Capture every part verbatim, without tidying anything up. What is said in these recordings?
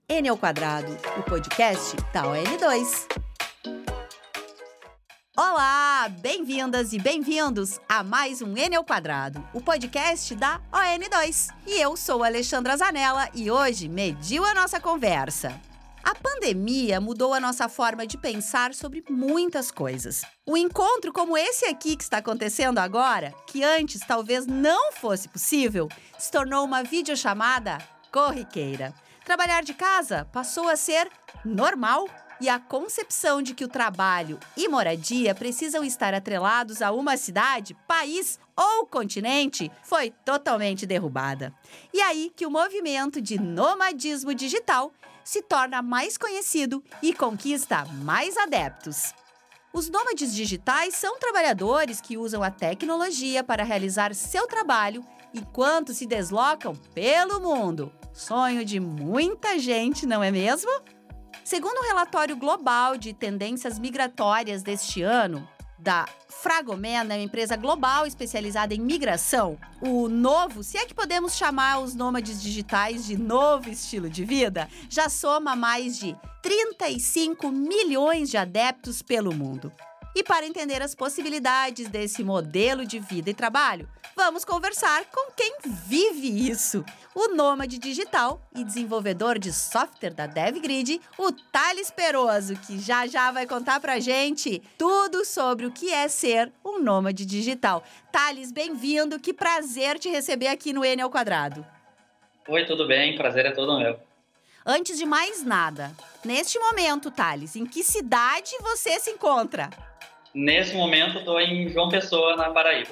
N ao Quadrado, o podcast da O N dois. Olá, bem-vindas e bem-vindos a mais um N ao Quadrado, o podcast da O N dois. E eu sou a Alexandra Zanella e hoje mediu a nossa conversa. A pandemia mudou a nossa forma de pensar sobre muitas coisas. Um encontro como esse aqui que está acontecendo agora, que antes talvez não fosse possível, se tornou uma videochamada corriqueira. Trabalhar de casa passou a ser normal e a concepção de que o trabalho e moradia precisam estar atrelados a uma cidade, país ou continente foi totalmente derrubada. E aí que o movimento de nomadismo digital se torna mais conhecido e conquista mais adeptos. Os nômades digitais são trabalhadores que usam a tecnologia para realizar seu trabalho enquanto se deslocam pelo mundo. Sonho de muita gente, não é mesmo? Segundo o relatório global de tendências migratórias deste ano, da Fragomen, uma empresa global especializada em migração, o novo, se é que podemos chamar os nômades digitais de novo estilo de vida, já soma mais de trinta e cinco milhões de adeptos pelo mundo. E para entender as possibilidades desse modelo de vida e trabalho, vamos conversar com quem vive isso. O nômade digital e desenvolvedor de software da DevGrid, o Thales Peroso, que já já vai contar pra gente tudo sobre o que é ser um nômade digital. Thales, bem-vindo, que prazer te receber aqui no N ao Quadrado. Oi, tudo bem? Prazer é todo meu. Antes de mais nada, neste momento, Thales, em que cidade você se encontra? Nesse momento, estou em João Pessoa, na Paraíba.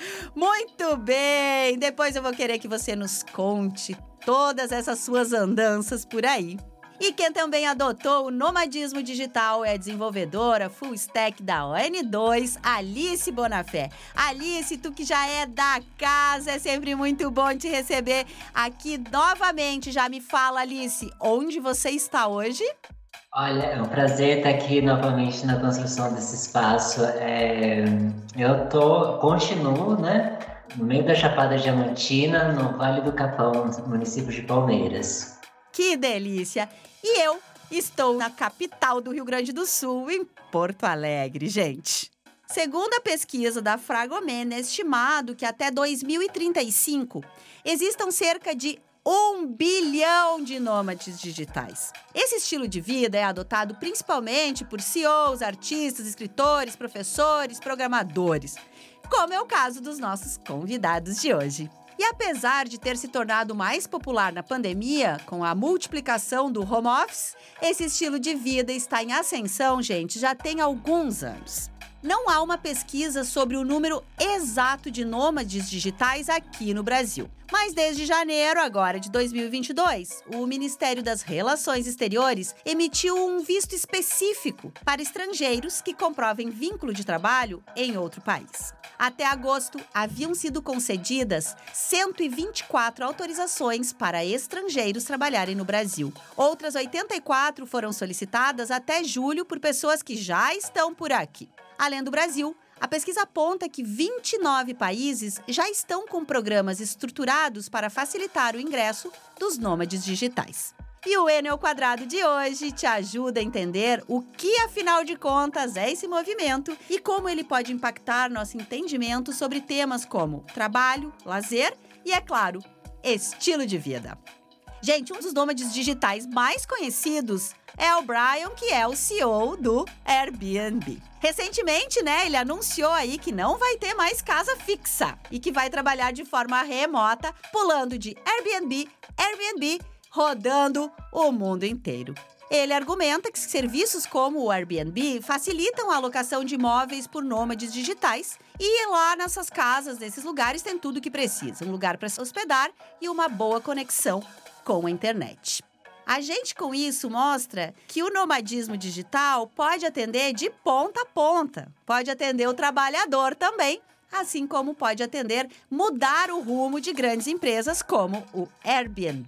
Muito bem! Depois eu vou querer que você nos conte todas essas suas andanças por aí. E quem também adotou o nomadismo digital é a desenvolvedora full stack da O N dois, Alice Bonafé. Alice, tu que já é da casa, é sempre muito bom te receber aqui novamente. Já me fala, Alice, onde você está hoje? Olha, é um prazer estar aqui novamente na construção desse espaço. É, eu tô, continuo, né, no meio da Chapada Diamantina, no Vale do Capão, no município de Palmeiras. Que delícia! E eu estou na capital do Rio Grande do Sul, em Porto Alegre, gente. Segundo a pesquisa da Fragomen, é estimado que até dois mil e trinta e cinco existam cerca de um bilhão de nômades digitais. Esse estilo de vida é adotado principalmente por C E Os, artistas, escritores, professores, programadores, como é o caso dos nossos convidados de hoje. E apesar de ter se tornado mais popular na pandemia, com a multiplicação do home office, esse estilo de vida está em ascensão, gente, já tem alguns anos. Não há uma pesquisa sobre o número exato de nômades digitais aqui no Brasil. Mas desde janeiro agora de dois mil e vinte e dois, o Ministério das Relações Exteriores emitiu um visto específico para estrangeiros que comprovem vínculo de trabalho em outro país. Até agosto, haviam sido concedidas cento e vinte e quatro autorizações para estrangeiros trabalharem no Brasil. Outras oitenta e quatro foram solicitadas até julho por pessoas que já estão por aqui. Além do Brasil, a pesquisa aponta que vinte e nove países já estão com programas estruturados para facilitar o ingresso dos nômades digitais. E o N ao Quadrado de hoje te ajuda a entender o que, afinal de contas, é esse movimento e como ele pode impactar nosso entendimento sobre temas como trabalho, lazer e, é claro, estilo de vida. Gente, um dos nômades digitais mais conhecidos é o Brian, que é o C E O do Airbnb. Recentemente, né, ele anunciou aí que não vai ter mais casa fixa e que vai trabalhar de forma remota, pulando de Airbnb, Airbnb, rodando o mundo inteiro. Ele argumenta que serviços como o Airbnb facilitam a alocação de imóveis por nômades digitais e lá nessas casas, nesses lugares, tem tudo o que precisa. Um lugar para se hospedar e uma boa conexão com a internet. A gente, com isso, mostra que o nomadismo digital pode atender de ponta a ponta, pode atender o trabalhador também, assim como pode atender mudar o rumo de grandes empresas como o Airbnb.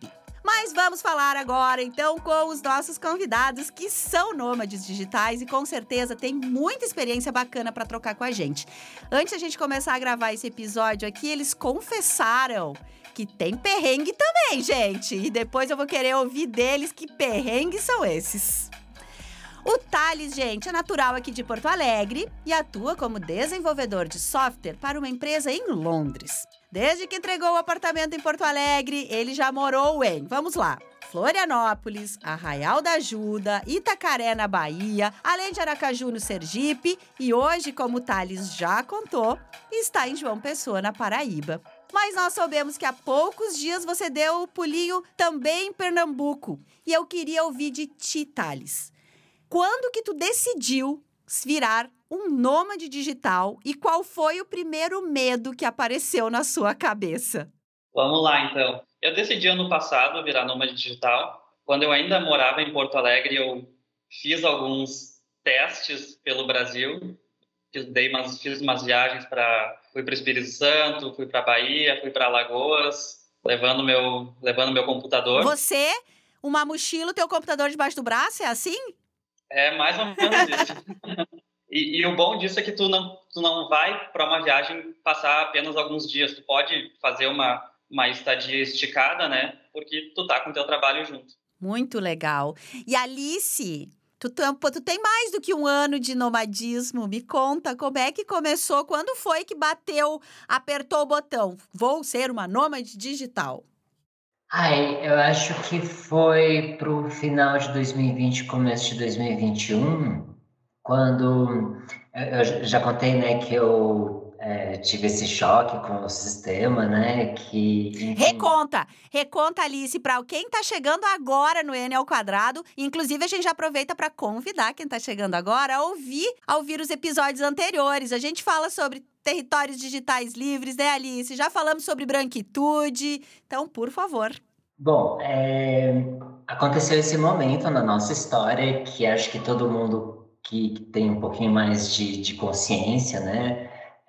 Mas vamos falar agora, então, com os nossos convidados que são nômades digitais e com certeza têm muita experiência bacana para trocar com a gente. Antes de a gente começar a gravar esse episódio aqui, eles confessaram que tem perrengue também, gente. E depois eu vou querer ouvir deles que perrengues são esses. O Thales, gente, é natural aqui de Porto Alegre e atua como desenvolvedor de software para uma empresa em Londres. Desde que entregou o apartamento em Porto Alegre, ele já morou em, vamos lá, Florianópolis, Arraial da Ajuda, Itacaré, na Bahia, além de Aracaju, no Sergipe, e hoje, como o Thales já contou, está em João Pessoa, na Paraíba. Mas nós soubemos que há poucos dias você deu o pulinho também em Pernambuco. E eu queria ouvir de ti, Thales. Quando que tu decidiu virar um nômade digital e qual foi o primeiro medo que apareceu na sua cabeça? Vamos lá, então. Eu decidi ano passado virar nômade digital. Quando eu ainda morava em Porto Alegre, eu fiz alguns testes pelo Brasil. Fiz, dei umas, fiz umas viagens para... Fui para o Espírito Santo, fui para a Bahia, fui para Alagoas, levando meu, levando meu computador. Você, uma mochila, o teu computador debaixo do braço, é assim? É mais ou menos isso. e, e o bom disso é que tu não, tu não vai para uma viagem passar apenas alguns dias. Tu pode fazer uma, uma estadia esticada, né? Porque tu tá com o teu trabalho junto. Muito legal. E Alice, tu, tu, tu tem mais do que um ano de nomadismo. Me conta como é que começou, quando foi que bateu, apertou o botão? Vou ser uma nômade digital. Ai, eu acho que foi pro final de dois mil e vinte, começo de dois mil e vinte e um, quando eu já contei, né, que eu é, tive esse choque com o sistema, né, que... enfim, Reconta! Reconta, Alice, para quem tá chegando agora no N ao Quadrado. Inclusive, a gente já aproveita para convidar quem tá chegando agora a ouvir, a ouvir os episódios anteriores. A gente fala sobre territórios digitais livres, né, Alice? Já falamos sobre branquitude. Então, por favor. Bom, é, aconteceu esse momento na nossa história que acho que todo mundo que, que tem um pouquinho mais de, de consciência, né,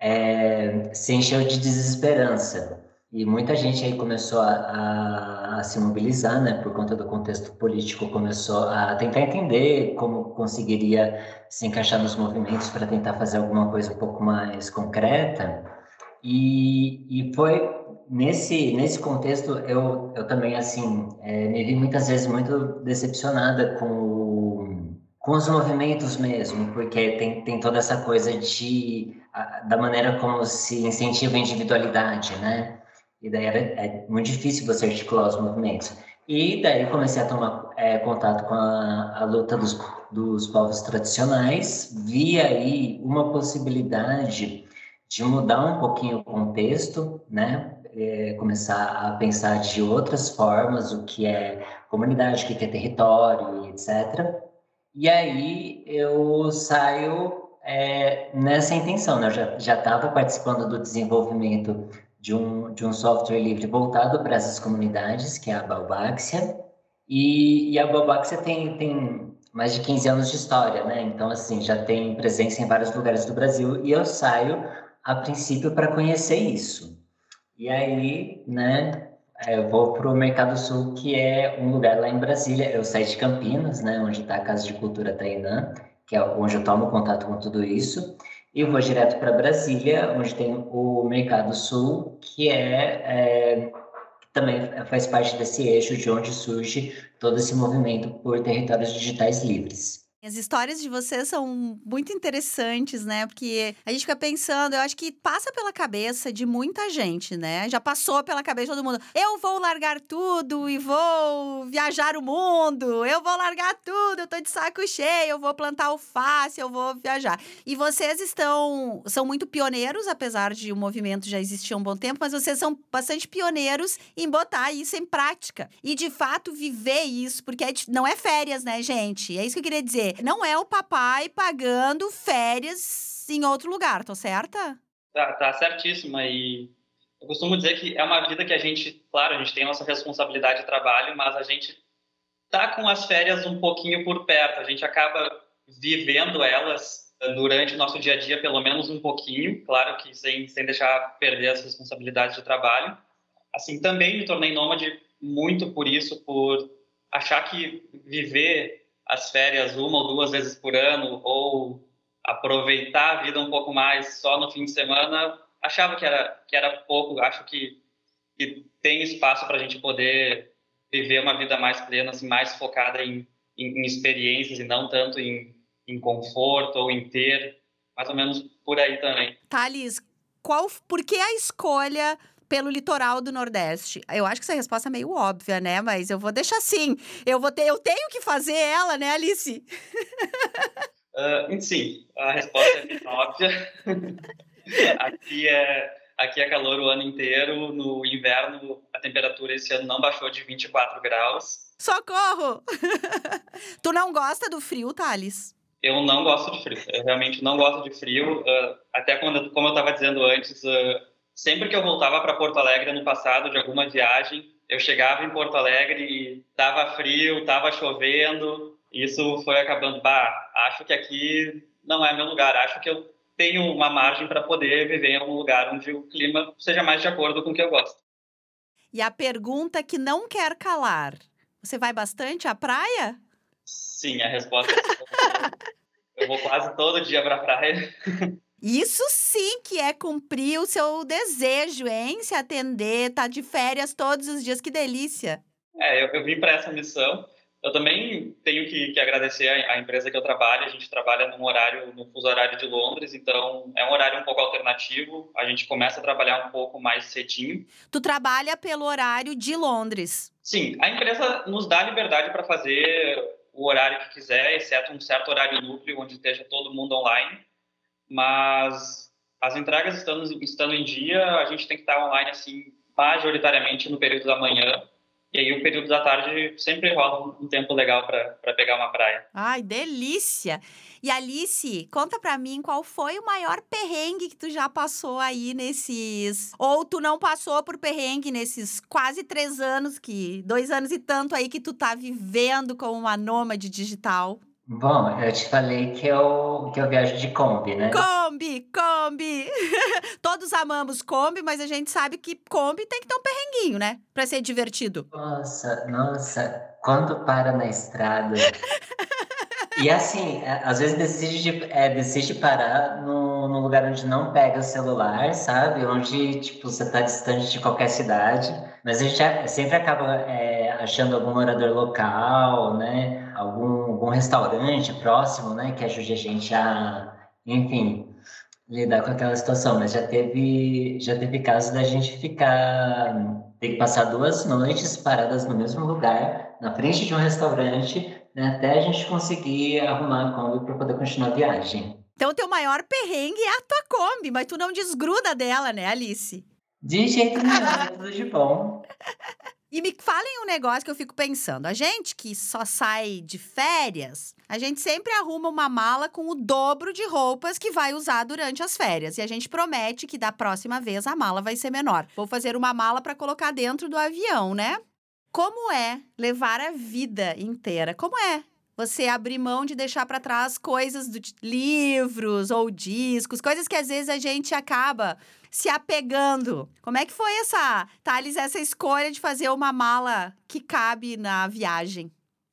é, se encheu de desesperança. E muita gente aí começou a, a, a se mobilizar, né, por conta do contexto político, começou a tentar entender como conseguiria se encaixar nos movimentos para tentar fazer alguma coisa um pouco mais concreta. E, e foi nesse, nesse contexto, eu, eu também, assim, é, me vi muitas vezes muito decepcionada com, o, com os movimentos mesmo, porque tem, tem toda essa coisa de, a, da maneira como se incentiva a individualidade, né? E daí era, é muito difícil você articular os movimentos. E daí comecei a tomar é, contato com a, a luta dos, dos povos tradicionais, vi aí uma possibilidade de mudar um pouquinho o contexto, né? É, começar a pensar de outras formas o que é comunidade, o que é território, etcétera. E aí eu saio é, nessa intenção, né? Eu já estava participando do desenvolvimento de um, de um software livre voltado para essas comunidades, que é a Balbáxia, e, e a Balbáxia tem, tem mais de quinze anos de história, né? Então, assim, já tem presença em vários lugares do Brasil, e eu saio, a princípio, para conhecer isso. E aí, né, eu vou para o Mercado Sul, que é um lugar lá em Brasília. Eu saí de Campinas, né, onde está a Casa de Cultura Tainã, que é onde eu tomo contato com tudo isso, e vou direto para Brasília, onde tem o Mercado Sul, que é, é também faz parte desse eixo de onde surge todo esse movimento por territórios digitais livres. As histórias de vocês são muito interessantes, né? Porque a gente fica pensando, eu acho que passa pela cabeça de muita gente, né? Já passou pela cabeça de todo mundo. Eu vou largar tudo e vou viajar o mundo. Eu vou largar tudo, eu tô de saco cheio, eu vou plantar alface, eu vou viajar. E vocês estão, são muito pioneiros, apesar de o movimento já existir há um bom tempo, mas vocês são bastante pioneiros em botar isso em prática. E, de fato, viver isso, porque não é férias, né, gente? É isso que eu queria dizer. Não é o papai pagando férias em outro lugar, tô certa? Tá, tá certíssima. E eu costumo dizer que é uma vida que a gente, claro, a gente tem a nossa responsabilidade de trabalho, mas a gente tá com as férias um pouquinho por perto. A gente acaba vivendo elas durante o nosso dia a dia, pelo menos um pouquinho, claro que sem, sem deixar perder as responsabilidades de trabalho. Assim, também me tornei nômade muito por isso, por achar que viver as férias uma ou duas vezes por ano ou aproveitar a vida um pouco mais só no fim de semana, achava que era, que era pouco. Acho que, que tem espaço para a gente poder viver uma vida mais plena, assim, mais focada em, em, em experiências e não tanto em, em conforto ou em ter, mais ou menos por aí também. Thales, qual, por que a escolha pelo litoral do Nordeste? Eu acho que essa resposta é meio óbvia, né? Mas eu vou deixar assim. Eu, vou ter, eu tenho que fazer ela, né, Alice? Uh, sim, a resposta é bem óbvia. Aqui é, aqui é calor o ano inteiro. No inverno, a temperatura esse ano não baixou de vinte e quatro graus. Socorro! Tu não gosta do frio, Thales? Eu não gosto de frio. Eu realmente não gosto de frio. Uh, até quando, como eu estava dizendo antes, uh, sempre que eu voltava para Porto Alegre no passado, de alguma viagem, eu chegava em Porto Alegre e estava frio, estava chovendo. Isso foi acabando. Bah, acho que aqui não é meu lugar. Acho que eu tenho uma margem para poder viver em algum lugar onde o clima seja mais de acordo com o que eu gosto. E a pergunta que não quer calar. Você vai bastante à praia? Sim, a resposta é eu vou quase todo dia para a praia. Isso sim que é cumprir o seu desejo, hein? Se atender, tá de férias todos os dias, que delícia. É, eu, eu vim para essa missão. Eu também tenho que, que agradecer a, a empresa que eu trabalho. A gente trabalha num horário, no fuso horário de Londres, então é um horário um pouco alternativo. A gente começa a trabalhar um pouco mais cedinho. Tu trabalha pelo horário de Londres? Sim, a empresa nos dá liberdade para fazer o horário que quiser, exceto um certo horário núcleo, onde esteja todo mundo online. Mas as entregas estando, estando em dia, a gente tem que estar online, assim, majoritariamente no período da manhã. E aí o período da tarde sempre rola um tempo legal para pegar uma praia. Ai, delícia! E Alice, conta pra mim qual foi o maior perrengue que tu já passou aí nesses... Ou tu não passou por perrengue nesses quase três anos, que dois anos e tanto aí que tu tá vivendo como uma nômade digital. Bom, eu te falei que eu, que eu viajo de Kombi, né? Kombi, Kombi! Todos amamos Kombi, mas a gente sabe que Kombi tem que ter um perrenguinho, né? Pra ser divertido. Nossa, nossa, quando para na estrada. E assim, é, às vezes decide, é, decide parar no, num lugar onde não pega o celular, sabe? Onde, tipo, você tá distante de qualquer cidade. Mas a gente a- sempre acaba é, achando algum morador local, né? Algum, algum restaurante próximo, né? Que ajude a gente a, enfim, lidar com aquela situação. Mas já teve, já teve caso da gente ficar... Ter que passar duas noites paradas no mesmo lugar, na frente de um restaurante, né, até a gente conseguir arrumar a Kombi para poder continuar a viagem. Então, o teu maior perrengue é a tua Kombi, mas tu não desgruda dela, né, Alice? De jeito nenhum, é tudo de bom. E me falem um negócio que eu fico pensando. A gente que só sai de férias, a gente sempre arruma uma mala com o dobro de roupas que vai usar durante as férias. E a gente promete que da próxima vez a mala vai ser menor. Vou fazer uma mala para colocar dentro do avião, né? Como é levar a vida inteira? Como é você abrir mão de deixar para trás coisas do livros ou discos, coisas que às vezes a gente acaba se apegando? Como é que foi essa, Thales, essa escolha de fazer uma mala que cabe na viagem?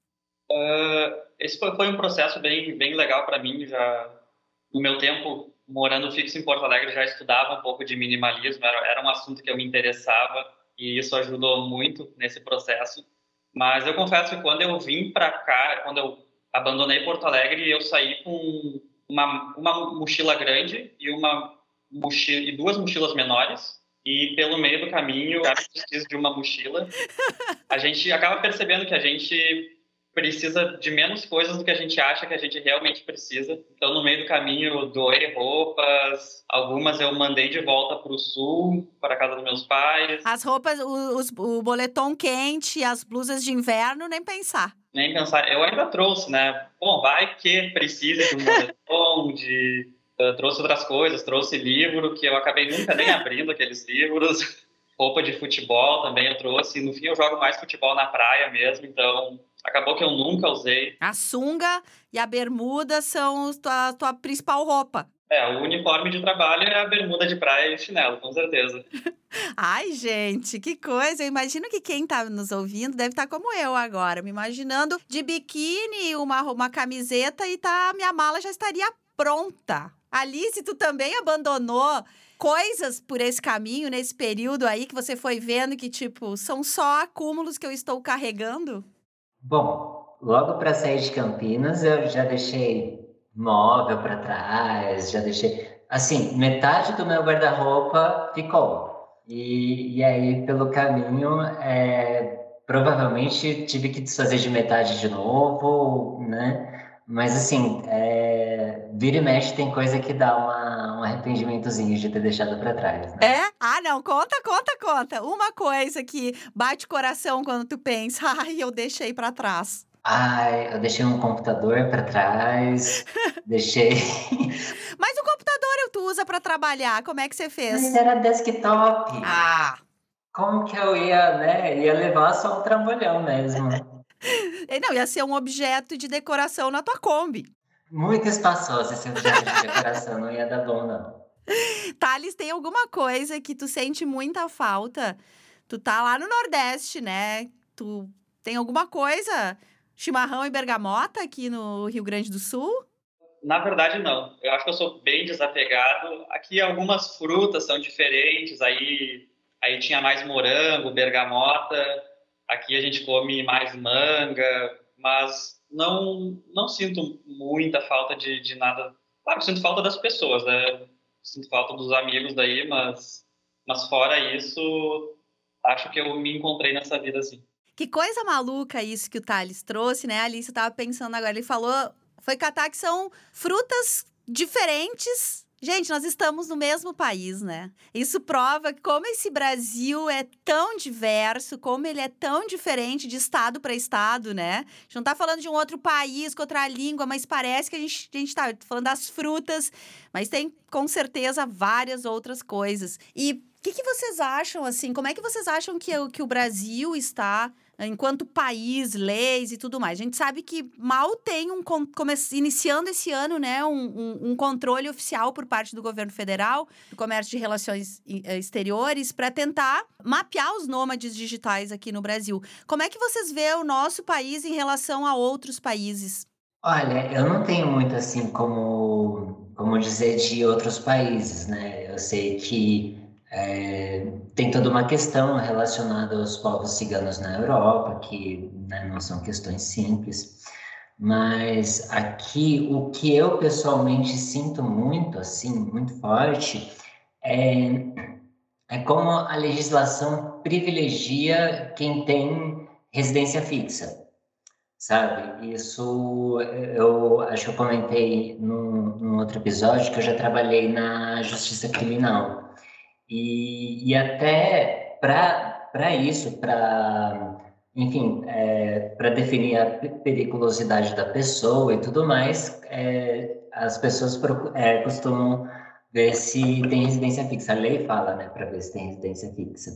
Uh, esse foi, foi um processo bem, bem legal para mim. Já no meu tempo morando fixo em Porto Alegre, já estudava um pouco de minimalismo. Era, era um assunto que eu me interessava e isso ajudou muito nesse processo. Mas eu confesso que quando eu vim para cá, quando eu abandonei Porto Alegre, eu saí com uma, uma mochila grande e uma mochila e duas mochilas menores. E pelo meio do caminho, eu preciso de uma mochila. A gente acaba percebendo que a gente precisa de menos coisas do que a gente acha que a gente realmente precisa. Então, no meio do caminho, eu doei roupas. Algumas eu mandei de volta para o sul, para a casa dos meus pais. As roupas, o, os, o boletom quente, as blusas de inverno, nem pensar. Nem pensar. Eu ainda trouxe, né? Bom, vai que precise de um boletom, de... Eu trouxe outras coisas, trouxe livro, que eu acabei nunca nem abrindo aqueles livros. Roupa de futebol também eu trouxe. No fim, eu jogo mais futebol na praia mesmo, então acabou que eu nunca usei. A sunga e a bermuda são a tua, tua principal roupa. É, o uniforme de trabalho é a bermuda de praia e o chinelo, com certeza. Ai, gente, que coisa. Eu imagino que quem tá nos ouvindo deve estar como eu agora, me imaginando de biquíni, uma, uma camiseta e tá, minha mala já estaria pronta. Alice, tu também abandonou coisas por esse caminho, nesse período aí que você foi vendo que, tipo, são só acúmulos que eu estou carregando? Bom, logo para sair de Campinas, eu já deixei móvel para trás, já deixei. Assim, metade do meu guarda-roupa ficou. E, e aí, pelo caminho, é, provavelmente tive que desfazer de metade de novo, né? Mas, assim, é, vira e mexe tem coisa que dá uma, um arrependimentozinho de ter deixado para trás, né? É? Ah, não. Conta, conta, conta. Uma coisa que bate coração quando tu pensa, ai, eu deixei pra trás. Ai, eu deixei um computador para trás, deixei. Mas o computador tu usa pra trabalhar, como é que você Mas fez? era desktop. Ah, Como que eu ia, né? Ia levar só um trambolhão mesmo. e não, ia ser um objeto de decoração na tua Kombi. Muito espaçoso esse objeto de decoração, não ia dar bom, não. Thales, tem alguma coisa que tu sente muita falta? Tu tá lá no Nordeste, né? Tu tem alguma coisa, chimarrão e bergamota aqui no Rio Grande do Sul? Na verdade, não. Eu acho que eu sou bem desapegado. Aqui algumas frutas são diferentes, aí, aí tinha mais morango, bergamota. Aqui a gente come mais manga, mas não, não sinto muita falta de, de nada. Claro, eu sinto falta das pessoas, né? Sinto falta dos amigos daí, mas, mas fora isso, acho que eu me encontrei nessa vida assim. Que coisa maluca isso que o Thales trouxe, né? A Alice tava pensando agora, ele falou, foi catar que são frutas diferentes. Gente, nós estamos no mesmo país, né? Isso prova como esse Brasil é tão diverso, como ele é tão diferente de estado para estado, né? A gente não tá falando de um outro país, com outra língua, mas parece que a gente, a gente tá falando das frutas, mas tem, com certeza, várias outras coisas. E o que, que vocês acham, assim, como é que vocês acham que, o- que o Brasil está enquanto país, leis e tudo mais? A gente sabe que mal tem um, con- come- iniciando esse ano, né, um, um- um controle oficial por parte do governo federal, do comércio de relações e- eh, exteriores, para tentar mapear os nômades digitais aqui no Brasil. Como é que vocês vê o nosso país em relação a outros países? Olha, eu não tenho muito assim como, como dizer de outros países, né? Eu sei que é, tem toda uma questão relacionada aos povos ciganos na Europa, que, né, não são questões simples, mas aqui o que eu pessoalmente sinto muito, assim, muito forte, é, é como a legislação privilegia quem tem residência fixa. Sabe? Isso eu acho que eu comentei num, num outro episódio que eu já trabalhei na justiça criminal. E, e até para para isso, para, enfim, é, para definir a pe- periculosidade da pessoa e tudo mais, é, as pessoas procu- é, costumam ver se tem residência fixa. A lei fala, né, para ver se tem residência fixa.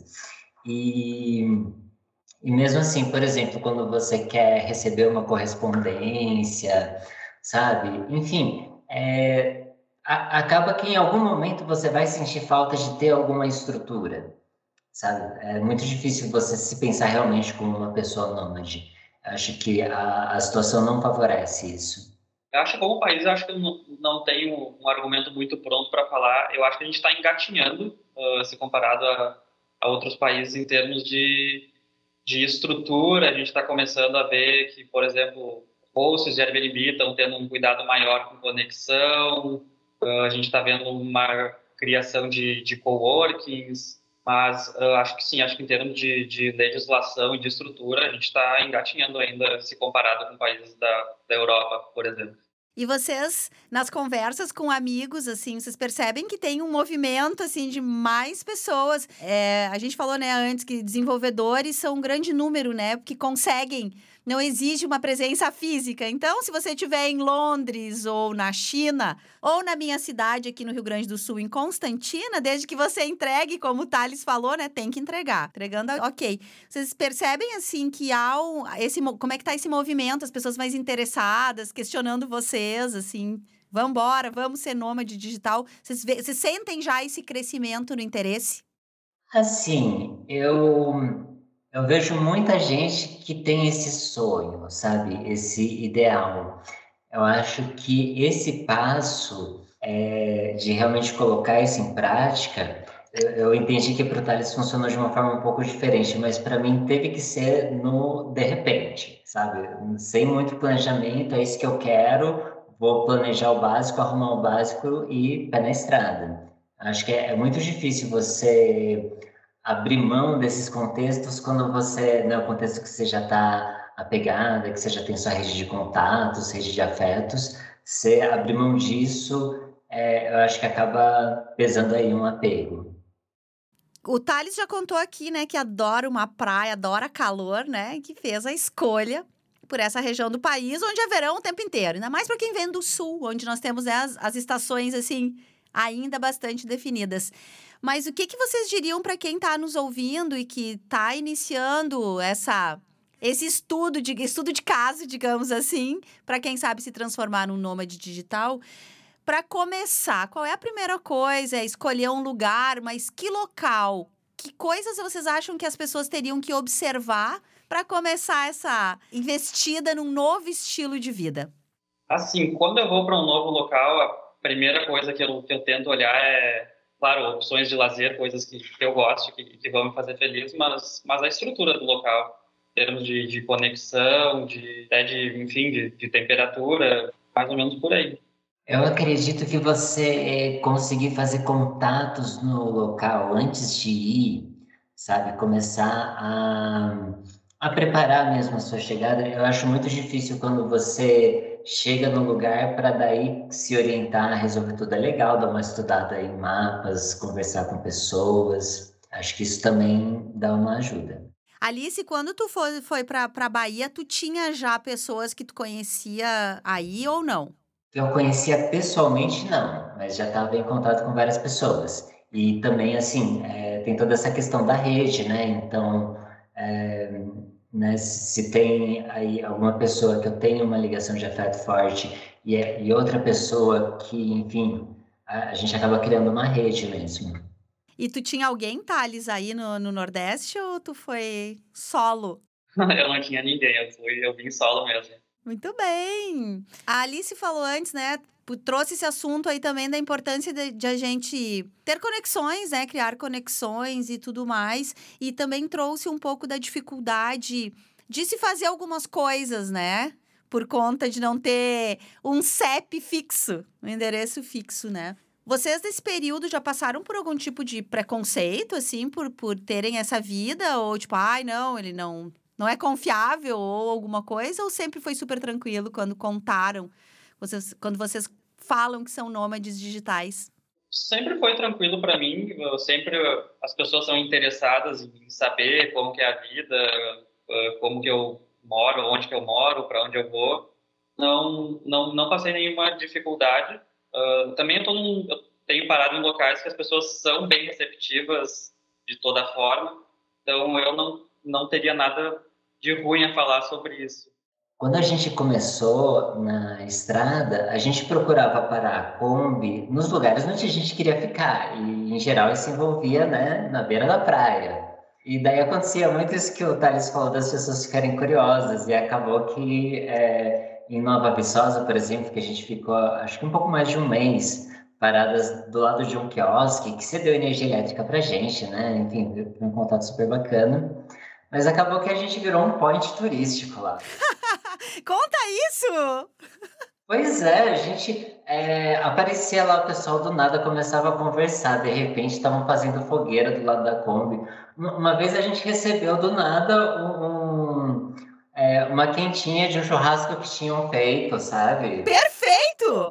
E e mesmo assim, por exemplo, quando você quer receber uma correspondência, sabe? Enfim, é, a- acaba que em algum momento você vai sentir falta de ter alguma estrutura, sabe? É muito difícil você se pensar realmente como uma pessoa nômade. Acho que a, a situação não favorece isso. Eu acho que como país, eu acho que eu não, não tenho um argumento muito pronto para falar. Eu acho que a gente está engatinhando, uh, se comparado a, a outros países em termos de, de estrutura. A gente está começando a ver que, por exemplo, hosts de Airbnb estão tendo um cuidado maior com conexão. Uh, a gente está vendo uma criação de, de coworkings. Mas uh, acho que sim, acho que em termos de, de legislação e de estrutura, a gente está engatinhando ainda, se comparado com países da, da Europa, por exemplo. E vocês, nas conversas com amigos, assim, vocês percebem que tem um movimento, assim, de mais pessoas. É, a gente falou, né, antes que desenvolvedores são um grande número, né, que conseguem não exige uma presença física. Então, se você estiver em Londres ou na China, ou na minha cidade aqui no Rio Grande do Sul, em Constantina, desde que você entregue, como o Thales falou, né? Tem que entregar. Entregando, ok. Vocês percebem, assim, que há um, esse, como é que tá esse movimento? As pessoas mais interessadas, questionando vocês, assim... Vambora, vamos ser nômade digital. Vocês, vê, vocês sentem já esse crescimento no interesse? Assim, eu, eu vejo muita gente que tem esse sonho, sabe? Esse ideal. Eu acho que esse passo é, de realmente colocar isso em prática, eu, eu entendi que para o Thales funcionou de uma forma um pouco diferente, mas para mim teve que ser no de repente, sabe? Sem muito planejamento, é isso que eu quero, vou planejar o básico, arrumar o básico e pé na estrada. Acho que é, é muito difícil você abrir mão desses contextos quando você, né, o contexto que você já está apegada, que você já tem sua rede de contatos, rede de afetos, você abrir mão disso, é, eu acho que acaba pesando aí um apego. O Thales já contou aqui, né, que adora uma praia, adora calor, né, que fez a escolha por essa região do país, onde é verão o tempo inteiro. Ainda mais para quem vem do sul, onde nós temos, né, as, as estações, assim, ainda bastante definidas. Mas o que, que vocês diriam para quem está nos ouvindo e que está iniciando essa, esse estudo de, estudo de caso, digamos assim, para quem sabe se transformar num nômade digital? Para começar, qual é a primeira coisa? É escolher um lugar, mas que local? Que coisas vocês acham que as pessoas teriam que observar para começar essa investida num novo estilo de vida? Assim, quando eu vou para um novo local, a primeira coisa que eu, que eu tento olhar é, claro, opções de lazer, coisas que, que eu gosto, que, que vão me fazer feliz, mas, mas a estrutura do local, em termos de, de conexão, de, até de, enfim, de, de temperatura, mais ou menos por aí. Eu acredito que você conseguir fazer contatos no local antes de ir, sabe, começar a, a preparar mesmo a sua chegada. Eu acho muito difícil quando você chega no lugar para daí se orientar, resolver tudo. É legal dar uma estudada em mapas, conversar com pessoas. Acho que isso também dá uma ajuda. Alice, quando tu foi, foi para a Bahia, tu tinha já pessoas que tu conhecia aí ou não? Eu conhecia pessoalmente, não, mas já estava em contato com várias pessoas. E também, assim, é, tem toda essa questão da rede, né? Então, é, né, se tem aí alguma pessoa que eu tenho uma ligação de afeto forte e, é, e outra pessoa que, enfim, a, a gente acaba criando uma rede mesmo. E tu tinha alguém, Thales, aí no, no Nordeste ou tu foi solo? Eu não tinha ninguém, eu, fui, eu vim solo mesmo. Muito bem! A Alice falou antes, né? Trouxe esse assunto aí também da importância de, de a gente ter conexões, né? Criar conexões e tudo mais. E também trouxe um pouco da dificuldade de se fazer algumas coisas, né? Por conta de não ter um C E P fixo, um endereço fixo, né? Vocês, nesse período, já passaram por algum tipo de preconceito, assim, por, por terem essa vida? Ou tipo, ai, não, ele não... Não é confiável ou alguma coisa? Ou sempre foi super tranquilo quando contaram, vocês, quando vocês falam que são nômades digitais? Sempre foi tranquilo para mim. Eu sempre as pessoas são interessadas em saber como que é a vida, como que eu moro, onde que eu moro, para onde eu vou. Não, não, não passei nenhuma dificuldade. Uh, também eu, tô num, eu tenho parado em locais que as pessoas são bem receptivas de toda forma. Então eu não não teria nada de ruim a falar sobre isso. Quando a gente começou na estrada, a gente procurava parar a Kombi nos lugares onde a gente queria ficar. E, em geral, isso envolvia, né, na beira da praia. E daí acontecia muito isso que o Thales falou, das pessoas ficarem curiosas. E acabou que, é, em Nova Viçosa, por exemplo, que a gente ficou, acho que um pouco mais de um mês, paradas do lado de um quiosque, que cedeu energia elétrica pra gente, né? Enfim, foi um contato super bacana. Mas acabou que a gente virou um point turístico lá. Conta isso! Pois é, a gente é, aparecia lá, o pessoal do nada começava a conversar, de repente estavam fazendo fogueira do lado da Kombi. Uma vez a gente recebeu do nada um, um, é, uma quentinha de um churrasco que tinham feito, sabe? Perfeito!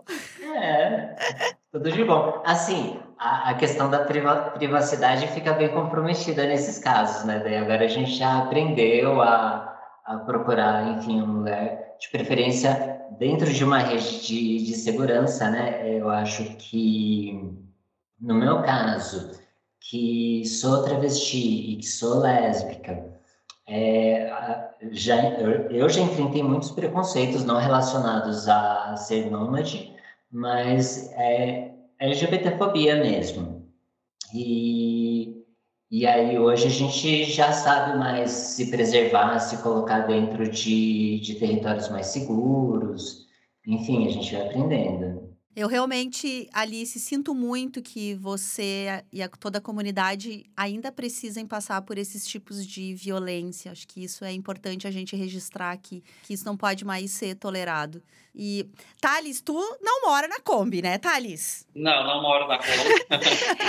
É, tudo de bom. Assim, a, a questão da priva, privacidade fica bem comprometida nesses casos, né? Daí agora a gente já aprendeu a, a procurar, enfim, um lugar de preferência dentro de uma rede de, de segurança, né? Eu acho que, no meu caso, que sou travesti e que sou lésbica, é, já, eu, eu já enfrentei muitos preconceitos não relacionados a ser nômade, mas é LGBTfobia mesmo. E, e aí hoje a gente já sabe mais se preservar, se colocar dentro de, de territórios mais seguros. Enfim, a gente vai aprendendo. Eu realmente, Alice, sinto muito que você e a, toda a comunidade ainda precisem passar por esses tipos de violência. Acho que isso é importante a gente registrar aqui, que isso não pode mais ser tolerado. E, Thales, tu não mora na Kombi, né, Thales? Não, não moro na Kombi.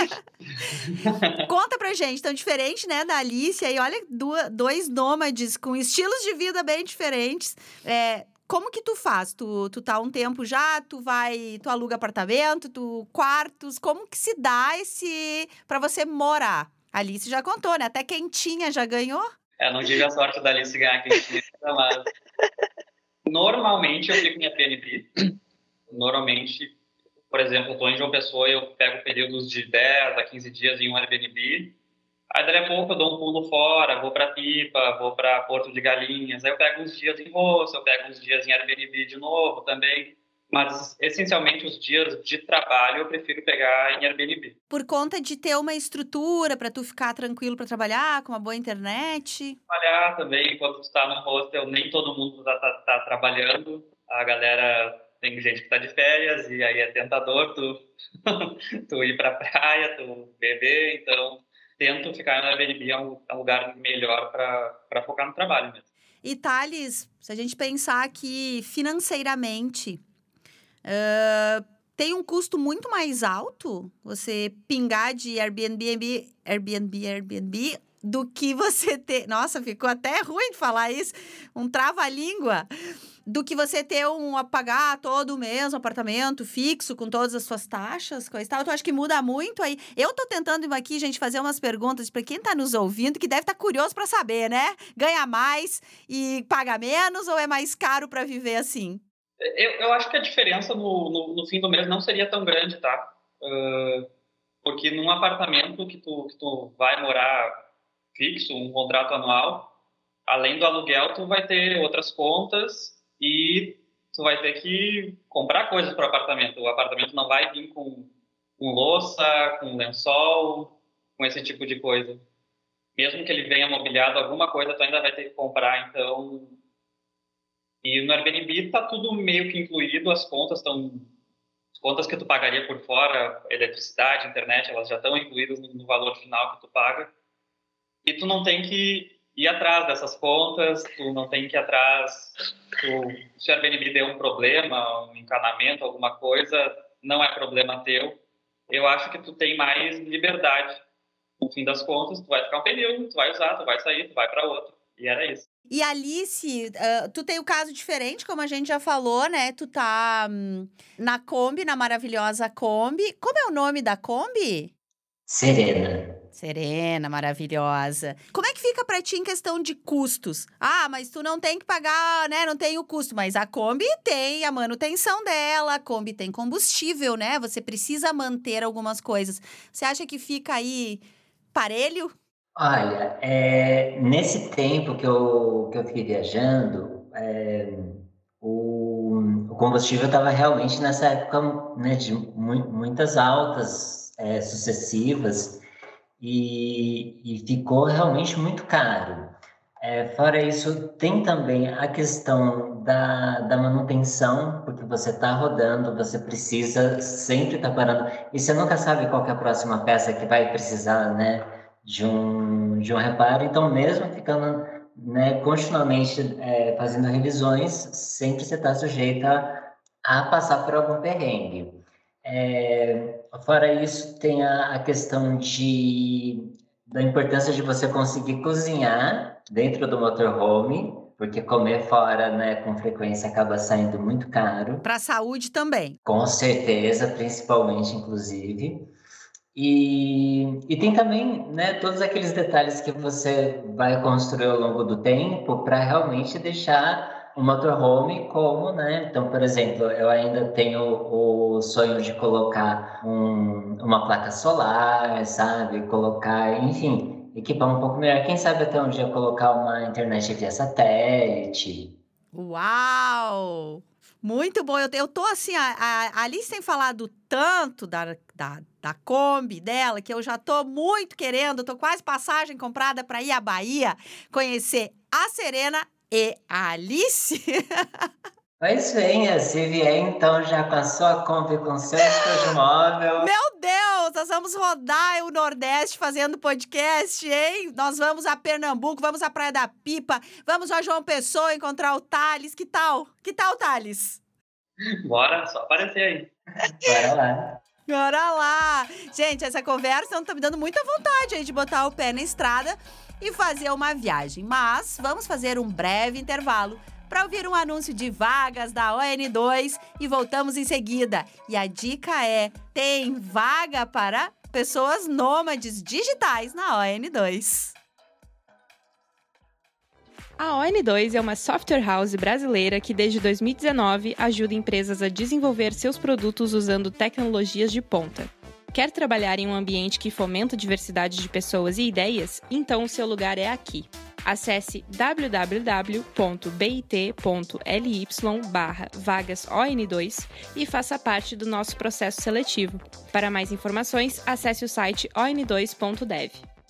Conta pra gente, tão diferente, né, da Alice, aí olha, duas, dois nômades com estilos de vida bem diferentes. É, como que tu faz? Tu, tu tá há um tempo já, tu vai, tu aluga apartamento, tu quartos, como que se dá esse pra você morar? A Alice já contou, né? Até quentinha já ganhou? É, não tive a sorte da Alice ganhar quentinha, mas normalmente eu fico em Airbnb. Normalmente, por exemplo, eu tô em João Pessoa e eu pego períodos de dez a quinze dias em um Airbnb. Aí, dali a pouco, eu dou um pulo fora, vou para Pipa, vou para Porto de Galinhas. Aí eu pego uns dias em Roça, eu pego uns dias em Airbnb de novo também. Mas, essencialmente, os dias de trabalho eu prefiro pegar em Airbnb. Por conta de ter uma estrutura para tu ficar tranquilo para trabalhar, com uma boa internet? Trabalhar também, enquanto tu tá no hostel, nem todo mundo tá, tá, tá trabalhando. A galera, tem gente que tá de férias e aí é tentador tu, tu ir pra praia, tu beber, então... Tento ficar no Airbnb, é um lugar melhor para focar no trabalho mesmo. E, Thales, se a gente pensar que financeiramente uh, tem um custo muito mais alto você pingar de Airbnb, Airbnb, Airbnb, do que você ter... Nossa, ficou até ruim de falar isso, um trava-língua. Do que você ter um, a pagar todo mês um apartamento fixo com todas as suas taxas, coisa e tal. Então, acho que muda muito aí. Eu tô tentando aqui, gente, fazer umas perguntas para quem tá nos ouvindo, que deve estar tá curioso para saber, né? Ganha mais e paga menos ou é mais caro para viver assim? Eu, eu acho que a diferença no, no, no fim do mês não seria tão grande, tá? Uh, porque num apartamento que tu, que tu vai morar fixo, um contrato anual, além do aluguel, tu vai ter outras contas e tu vai ter que comprar coisas para o apartamento. O apartamento não vai vir com, com louça, com lençol, com esse tipo de coisa. Mesmo que ele venha mobiliado, alguma coisa tu ainda vai ter que comprar, então... E no Airbnb tá tudo meio que incluído, as contas estão... As contas que tu pagaria por fora, eletricidade, internet, elas já estão incluídas no, no valor final que tu paga. E tu não tem que ir atrás dessas contas, tu não tem que ir atrás, tu, se o Airbnb deu um problema, um encanamento, alguma coisa, não é problema teu. Eu acho que tu tem mais liberdade. No fim das contas, tu vai ficar um período, tu vai usar, tu vai sair, tu vai para outro. E era isso. E Alice, uh, tu tem o caso diferente, como a gente já falou, né? Tu tá hum, na Kombi, na maravilhosa Kombi. Como é o nome da Kombi? Serena. Serena, maravilhosa. Como é que fica pra ti em questão de custos? Ah, mas tu não tem que pagar, né? Não tem o custo. Mas a Kombi tem a manutenção dela, a Kombi tem combustível, né? Você precisa manter algumas coisas. Você acha que fica aí parelho? Olha, é, nesse tempo que eu, que eu fiquei viajando, é, o, o combustível estava realmente nessa época, né, de mu- muitas altas é, sucessivas e, e ficou realmente muito caro. É, fora isso, tem também a questão da, da manutenção, porque você está rodando, você precisa sempre estar parando, e você nunca sabe qual que é a próxima peça que vai precisar, né, de um, de um reparo, então mesmo ficando, né, continuamente é, fazendo revisões, sempre você está sujeito a, a passar por algum perrengue. É, fora isso, tem a, a questão de, da importância de você conseguir cozinhar dentro do motorhome, porque comer fora, né, com frequência acaba saindo muito caro. Para a saúde também. Com certeza, principalmente, inclusive. E, e tem também, né, todos aqueles detalhes que você vai construir ao longo do tempo para realmente deixar o motorhome como, né? Então, por exemplo, eu ainda tenho o sonho de colocar um, uma placa solar, sabe? Colocar, enfim, equipar um pouco melhor. Quem sabe até um dia colocar uma internet via satélite. Uau! Muito bom. Eu, eu tô assim, a, a, a Alice tem falado tanto da, da, da Kombi dela que eu já tô muito querendo, tô quase passagem comprada para ir à Bahia conhecer a Serena e a Alice. Pois venha, se vier então já com a sua Kombi, com seu estúdio móvel. Meu Deus, nós vamos rodar o Nordeste fazendo podcast, hein? Nós vamos a Pernambuco, vamos à Praia da Pipa, vamos a João Pessoa encontrar o Thales. Que tal? Que tal, Thales? Bora, só aparecer aí. Bora lá. Bora lá! Gente, essa conversa não tá me dando muita vontade aí de botar o pé na estrada e fazer uma viagem. Mas vamos fazer um breve intervalo para ouvir um anúncio de vagas da O N dois e voltamos em seguida. E a dica é: tem vaga para pessoas nômades digitais na O N dois. A O N dois é uma software house brasileira que desde dois mil e dezenove ajuda empresas a desenvolver seus produtos usando tecnologias de ponta. Quer trabalhar em um ambiente que fomenta a diversidade de pessoas e ideias? Então o seu lugar é aqui. Acesse w w w ponto bit ponto l y barra vagas O N dois e faça parte do nosso processo seletivo. Para mais informações, acesse o site o n dois ponto dev.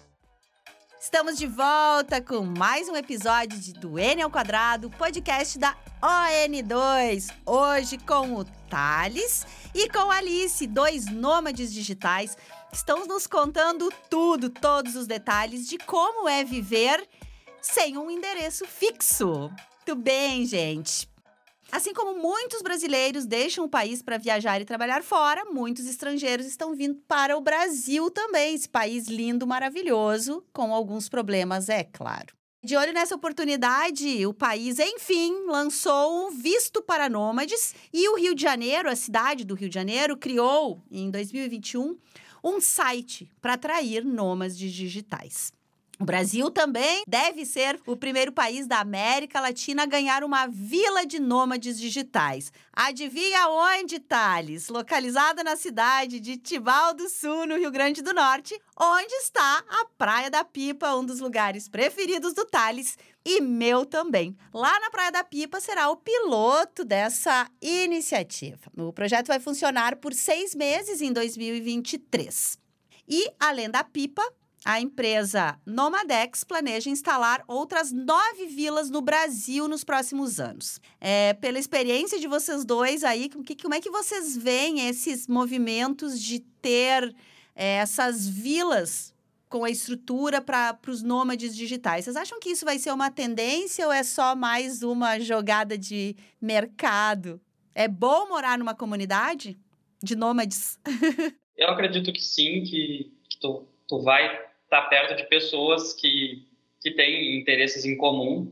Estamos de volta com mais um episódio de Do N ao Quadrado, podcast da O N dois. Hoje com o Thales e com a Alice, dois nômades digitais que estão nos contando tudo, todos os detalhes de como é viver sem um endereço fixo. Muito bem, gente. Assim como muitos brasileiros deixam o país para viajar e trabalhar fora, muitos estrangeiros estão vindo para o Brasil também, esse país lindo, maravilhoso, com alguns problemas, é claro. De olho nessa oportunidade, o país, enfim, lançou um visto para nômades e o Rio de Janeiro, a cidade do Rio de Janeiro, criou, em dois mil e vinte e um, um site para atrair nômades digitais. O Brasil também deve ser o primeiro país da América Latina a ganhar uma vila de nômades digitais. Adivinha onde, Thales? Localizada na cidade de Tibau do Sul, no Rio Grande do Norte, onde está a Praia da Pipa, um dos lugares preferidos do Thales e meu também. Lá na Praia da Pipa será o piloto dessa iniciativa. O projeto vai funcionar por seis meses em dois mil e vinte e três. E, além da Pipa, a empresa Nomadex planeja instalar outras nove vilas no Brasil nos próximos anos. É, pela experiência de vocês dois aí, que, como é que vocês veem esses movimentos de ter é, essas vilas com a estrutura para os nômades digitais? Vocês acham que isso vai ser uma tendência ou é só mais uma jogada de mercado? É bom morar numa comunidade de nômades? Eu acredito que sim, que, que tu, tu vai estar perto de pessoas que, que têm interesses em comum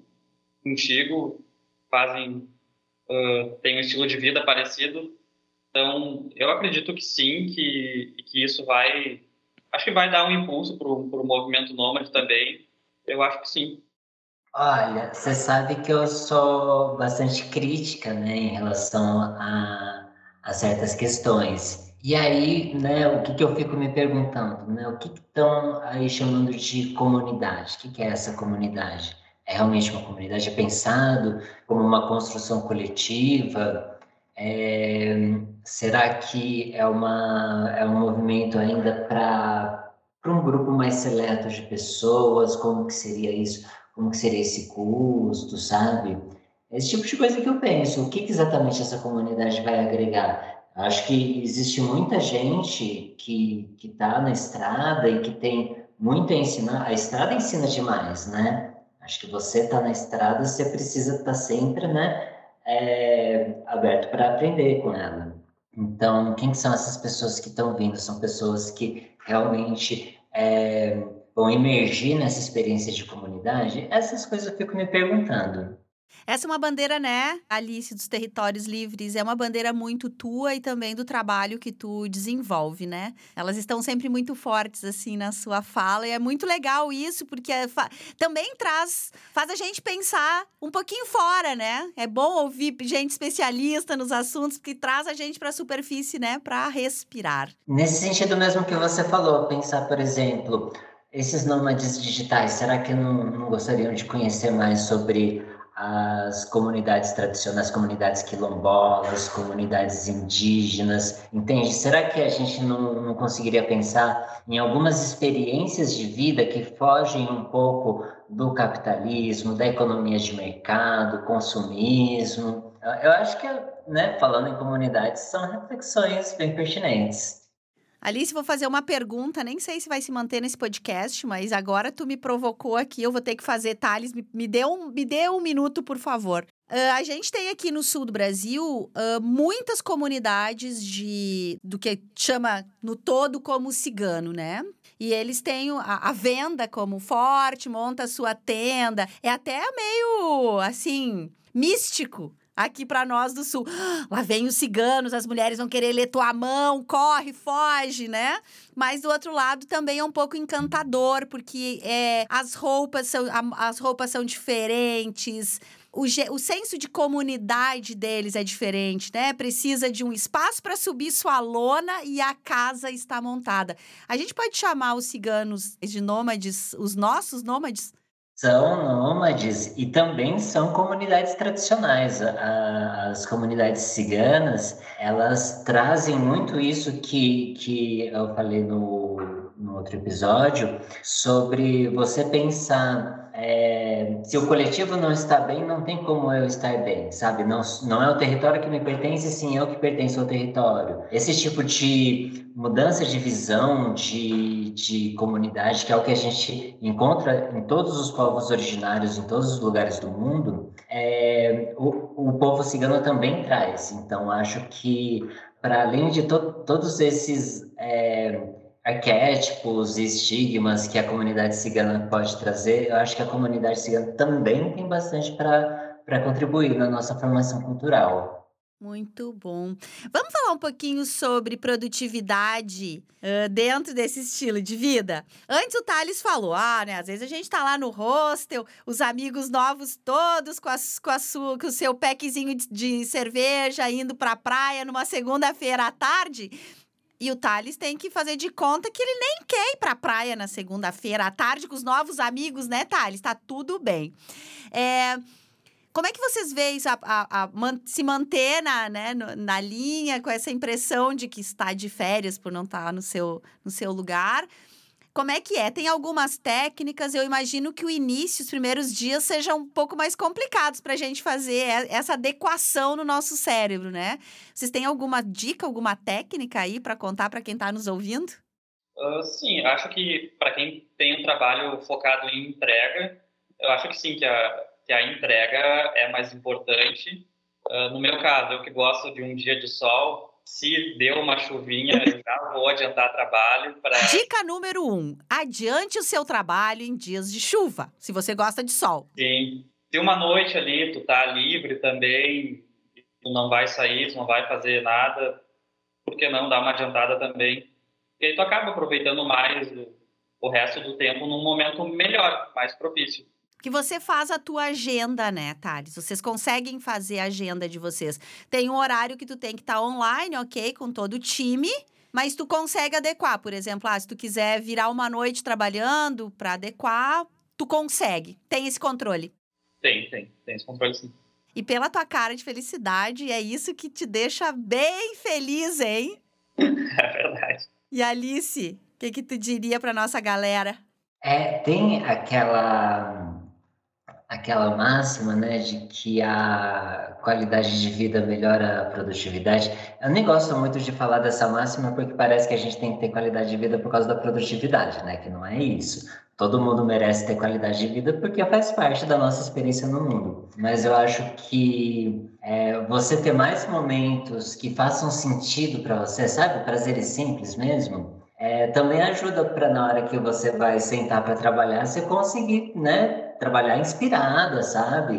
contigo, fazem, uh, têm um estilo de vida parecido. Então, eu acredito que sim, que, que isso vai... Acho que vai dar um impulso para o movimento nômade também. Eu acho que sim. Olha, você sabe que eu sou bastante crítica, né, em relação a, a certas questões. E aí, né, o que, que eu fico me perguntando, né? O que estão aí chamando de comunidade? O que, que é essa comunidade? É realmente uma comunidade? É pensado como uma construção coletiva? É, será que é, uma, é um movimento ainda para um grupo mais seleto de pessoas? Como que seria isso? Como que seria esse custo, sabe? Esse tipo de coisa que eu penso. O que, que exatamente essa comunidade vai agregar? Acho que existe muita gente que que está na estrada e que tem muito a ensinar. A estrada ensina demais, né? Acho que você está na estrada, você precisa estar sempre, né, é, aberto para aprender com ela. Então, quem são essas pessoas que estão vindo? São pessoas que realmente é, vão emergir nessa experiência de comunidade? Essas coisas eu fico me perguntando. Essa é uma bandeira, né, Alice, dos territórios livres, é uma bandeira muito tua e também do trabalho que tu desenvolve, né? Elas estão sempre muito fortes, assim, na sua fala, e é muito legal isso, porque é fa- também traz, faz a gente pensar um pouquinho fora, né? É bom ouvir gente especialista nos assuntos, porque traz a gente para a superfície, né, para respirar. Nesse sentido mesmo que você falou, pensar, por exemplo, esses nômades digitais, será que não, não gostariam de conhecer mais sobre as comunidades tradicionais, comunidades quilombolas, comunidades indígenas, entende? Será que a gente não, não conseguiria pensar em algumas experiências de vida que fogem um pouco do capitalismo, da economia de mercado, consumismo? Eu acho que, né, falando em comunidades, são reflexões bem pertinentes. Alice, vou fazer uma pergunta, nem sei se vai se manter nesse podcast, mas agora tu me provocou aqui, eu vou ter que fazer, Thales, me, me, dê, um, me dê um minuto, por favor. Uh, a gente tem aqui no sul do Brasil uh, muitas comunidades de do que chama no todo como cigano, né? E eles têm a, a venda como forte, monta a sua tenda. É até meio, assim, místico aqui para nós do sul. Lá vem os ciganos, as mulheres vão querer ler tua mão, corre, foge, né? Mas do outro lado também é um pouco encantador, porque é, as roupas são, a, as roupas são diferentes. O, o senso de comunidade deles é diferente, né? Precisa de um espaço para subir sua lona e a casa está montada. A gente pode chamar os ciganos de nômades, os nossos nômades? São nômades e também são comunidades tradicionais. A, as comunidades ciganas, elas trazem muito isso que, que eu falei no, no outro episódio, sobre você pensar... É, se o coletivo não está bem, não tem como eu estar bem, sabe? Não, não é o território que me pertence, sim eu que pertenço ao território. Esse tipo de mudança de visão, de, de comunidade, que é o que a gente encontra em todos os povos originários, em todos os lugares do mundo, é, o, o povo cigano também traz. Então, acho que, para além de to, todos esses... É, arquétipos e estigmas que a comunidade cigana pode trazer, eu acho que a comunidade cigana também tem bastante para para contribuir na nossa formação cultural. Muito bom. Vamos falar um pouquinho sobre produtividade uh, dentro desse estilo de vida? Antes o Thales falou, ah, né, às vezes a gente tá lá no hostel, os amigos novos todos com, as, com, a sua, com o seu packzinho de, de cerveja, indo pra praia numa segunda-feira à tarde... E o Thales tem que fazer de conta que ele nem quer ir pra praia na segunda-feira à tarde com os novos amigos, né, Thales? Tá tudo bem. É, como é que vocês veem isso, a, a, a man, se manter na, né, no, na linha com essa impressão de que está de férias por não estar no seu, no seu lugar? Como é que é? Tem algumas técnicas, eu imagino que o início, os primeiros dias, sejam um pouco mais complicados para a gente fazer essa adequação no nosso cérebro, né? Vocês têm alguma dica, alguma técnica aí para contar para quem está nos ouvindo? Uh, sim, acho que para quem tem um trabalho focado em entrega, eu acho que sim, que a, que a entrega é mais importante. Uh, no meu caso, eu que gosto de um dia de sol, se deu uma chuvinha, eu já vou adiantar trabalho para... Dica número um, adiante o seu trabalho em dias de chuva, se você gosta de sol. Sim, se uma noite ali tu tá livre também, tu não vai sair, tu não vai fazer nada, por que não dar uma adiantada também? Porque aí tu acaba aproveitando mais o, o resto do tempo num momento melhor, mais propício. Que você faz a tua agenda, né, Thales? Vocês conseguem fazer a agenda de vocês. Tem um horário que tu tem que estar online, ok, com todo o time, mas tu consegue adequar. Por exemplo, ah, se tu quiser virar uma noite trabalhando para adequar, tu consegue. Tem esse controle. Tem, tem. Tem esse controle, sim. E pela tua cara de felicidade, é isso que te deixa bem feliz, hein? É verdade. E Alice, o que que tu diria para nossa galera? É, tem aquela... aquela máxima, né, de que a qualidade de vida melhora a produtividade. Eu nem gosto muito de falar dessa máxima porque parece que a gente tem que ter qualidade de vida por causa da produtividade, né, que não é isso. Todo mundo merece ter qualidade de vida porque faz parte da nossa experiência no mundo. Mas eu acho que é, você ter mais momentos que façam sentido para você, sabe, prazeres simples mesmo, é, também ajuda para na hora que você vai sentar para trabalhar, você conseguir, né, trabalhar inspirada, sabe?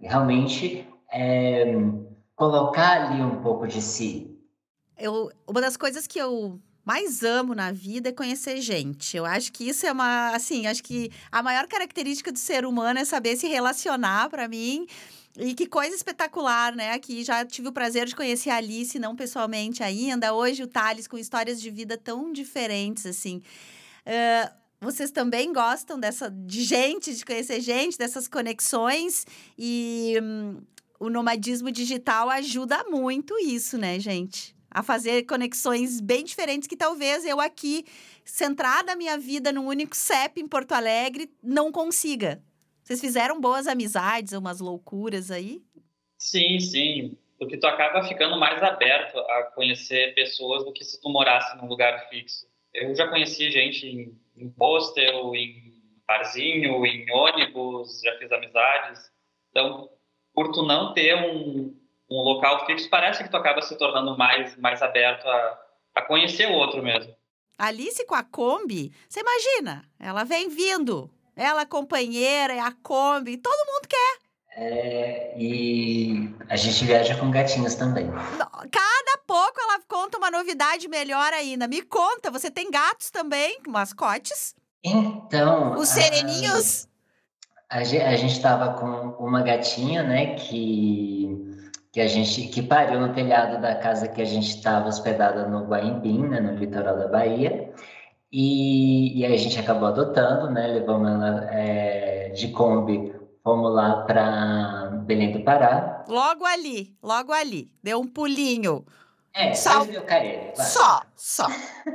realmente é, colocar ali um pouco de si. Eu, uma das coisas que eu mais amo na vida é conhecer gente. Eu acho que isso é uma, assim, acho que a maior característica do ser humano é saber se relacionar, para mim. E que coisa espetacular, né? Que já tive o prazer de conhecer a Alice, não pessoalmente ainda. Hoje o Thales, com histórias de vida tão diferentes, assim. Uh, vocês também gostam dessa, de gente, de conhecer gente, dessas conexões. E hum, o nomadismo digital ajuda muito isso, né, gente? A fazer conexões bem diferentes que talvez eu aqui, centrada a minha vida num único C E P em Porto Alegre, não consiga. Vocês fizeram boas amizades, umas loucuras aí? Sim, sim. Porque tu acaba ficando mais aberto a conhecer pessoas do que se tu morasse num lugar fixo. Eu já conheci gente em, em hostel, em barzinho, em ônibus, já fiz amizades. Então, por tu não ter um, um local fixo, parece que tu acaba se tornando mais, mais aberto a, a conhecer o outro mesmo. Alice com a Kombi, você imagina, ela vem vindo, ela a companheira, é a Kombi, todo mundo quer. É, e a gente viaja com gatinhos também. Cada pouco ela conta uma novidade melhor ainda. Me conta, você tem gatos também, mascotes? Então... Os sereninhos? A, a gente estava com uma gatinha, né, que, que a gente que pariu no telhado da casa que a gente estava hospedada no Guaimbim, né, no litoral da Bahia. E, e aí a gente acabou adotando, né, levamos ela é, de Kombi, fomos lá para Belém do Pará. Logo ali, logo ali, deu um pulinho. É, Sal... deu careta. Só, só.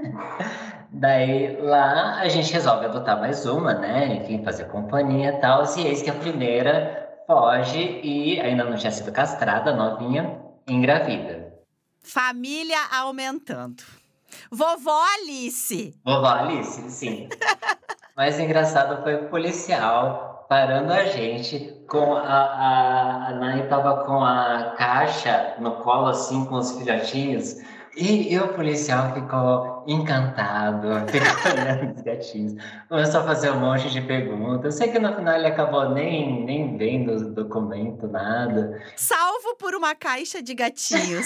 Daí lá a gente resolve adotar mais uma, né? Enfim, fazer companhia e tal. E eis que a primeira foge e ainda não tinha sido castrada, novinha, engravida. Família aumentando. Vovó Alice. Vovó Alice, sim. Mas engraçado foi o policial parando a gente com a... A, a Nai tava com a caixa no colo, assim, com os filhotinhos. E, e o policial ficou encantado, ficou olhando os gatinhos. Começou a fazer um monte de perguntas. Eu sei que no final ele acabou nem, nem vendo o documento, nada. Salvo por uma caixa de gatinhos.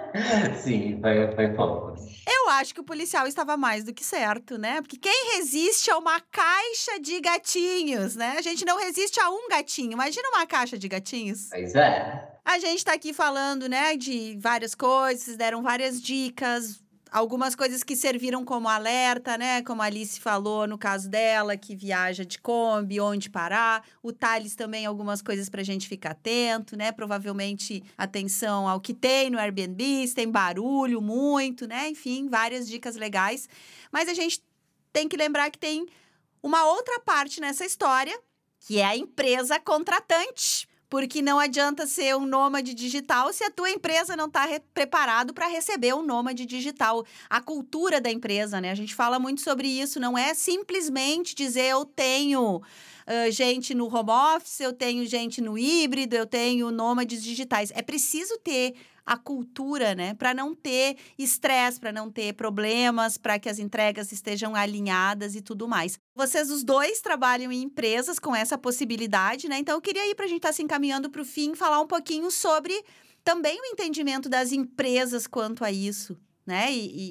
Sim, foi, foi fofo. Eu acho que o policial estava mais do que certo, né? Porque quem resiste a uma caixa de gatinhos, né? A gente não resiste a um gatinho. Imagina uma caixa de gatinhos. Pois é. A gente tá aqui falando, né, de várias coisas, deram várias dicas, algumas coisas que serviram como alerta, né? Como a Alice falou no caso dela, que viaja de Kombi, onde parar. O Thales também, algumas coisas pra gente ficar atento, né? Provavelmente atenção ao que tem no Airbnb, se tem barulho muito, né? Enfim, várias dicas legais. Mas a gente tem que lembrar que tem uma outra parte nessa história, que é a empresa contratante. Porque não adianta ser um nômade digital se a tua empresa não está preparado para receber um nômade digital. A cultura da empresa, né? A gente fala muito sobre isso. Não é simplesmente dizer eu tenho uh, gente no home office, eu tenho gente no híbrido, eu tenho nômades digitais. É preciso ter a cultura, né? Para não ter estresse, para não ter problemas, para que as entregas estejam alinhadas e tudo mais. Vocês os dois trabalham em empresas com essa possibilidade, né? Então eu queria ir para a gente estar tá se encaminhando para o fim, falar um pouquinho sobre também o entendimento das empresas quanto a isso, né?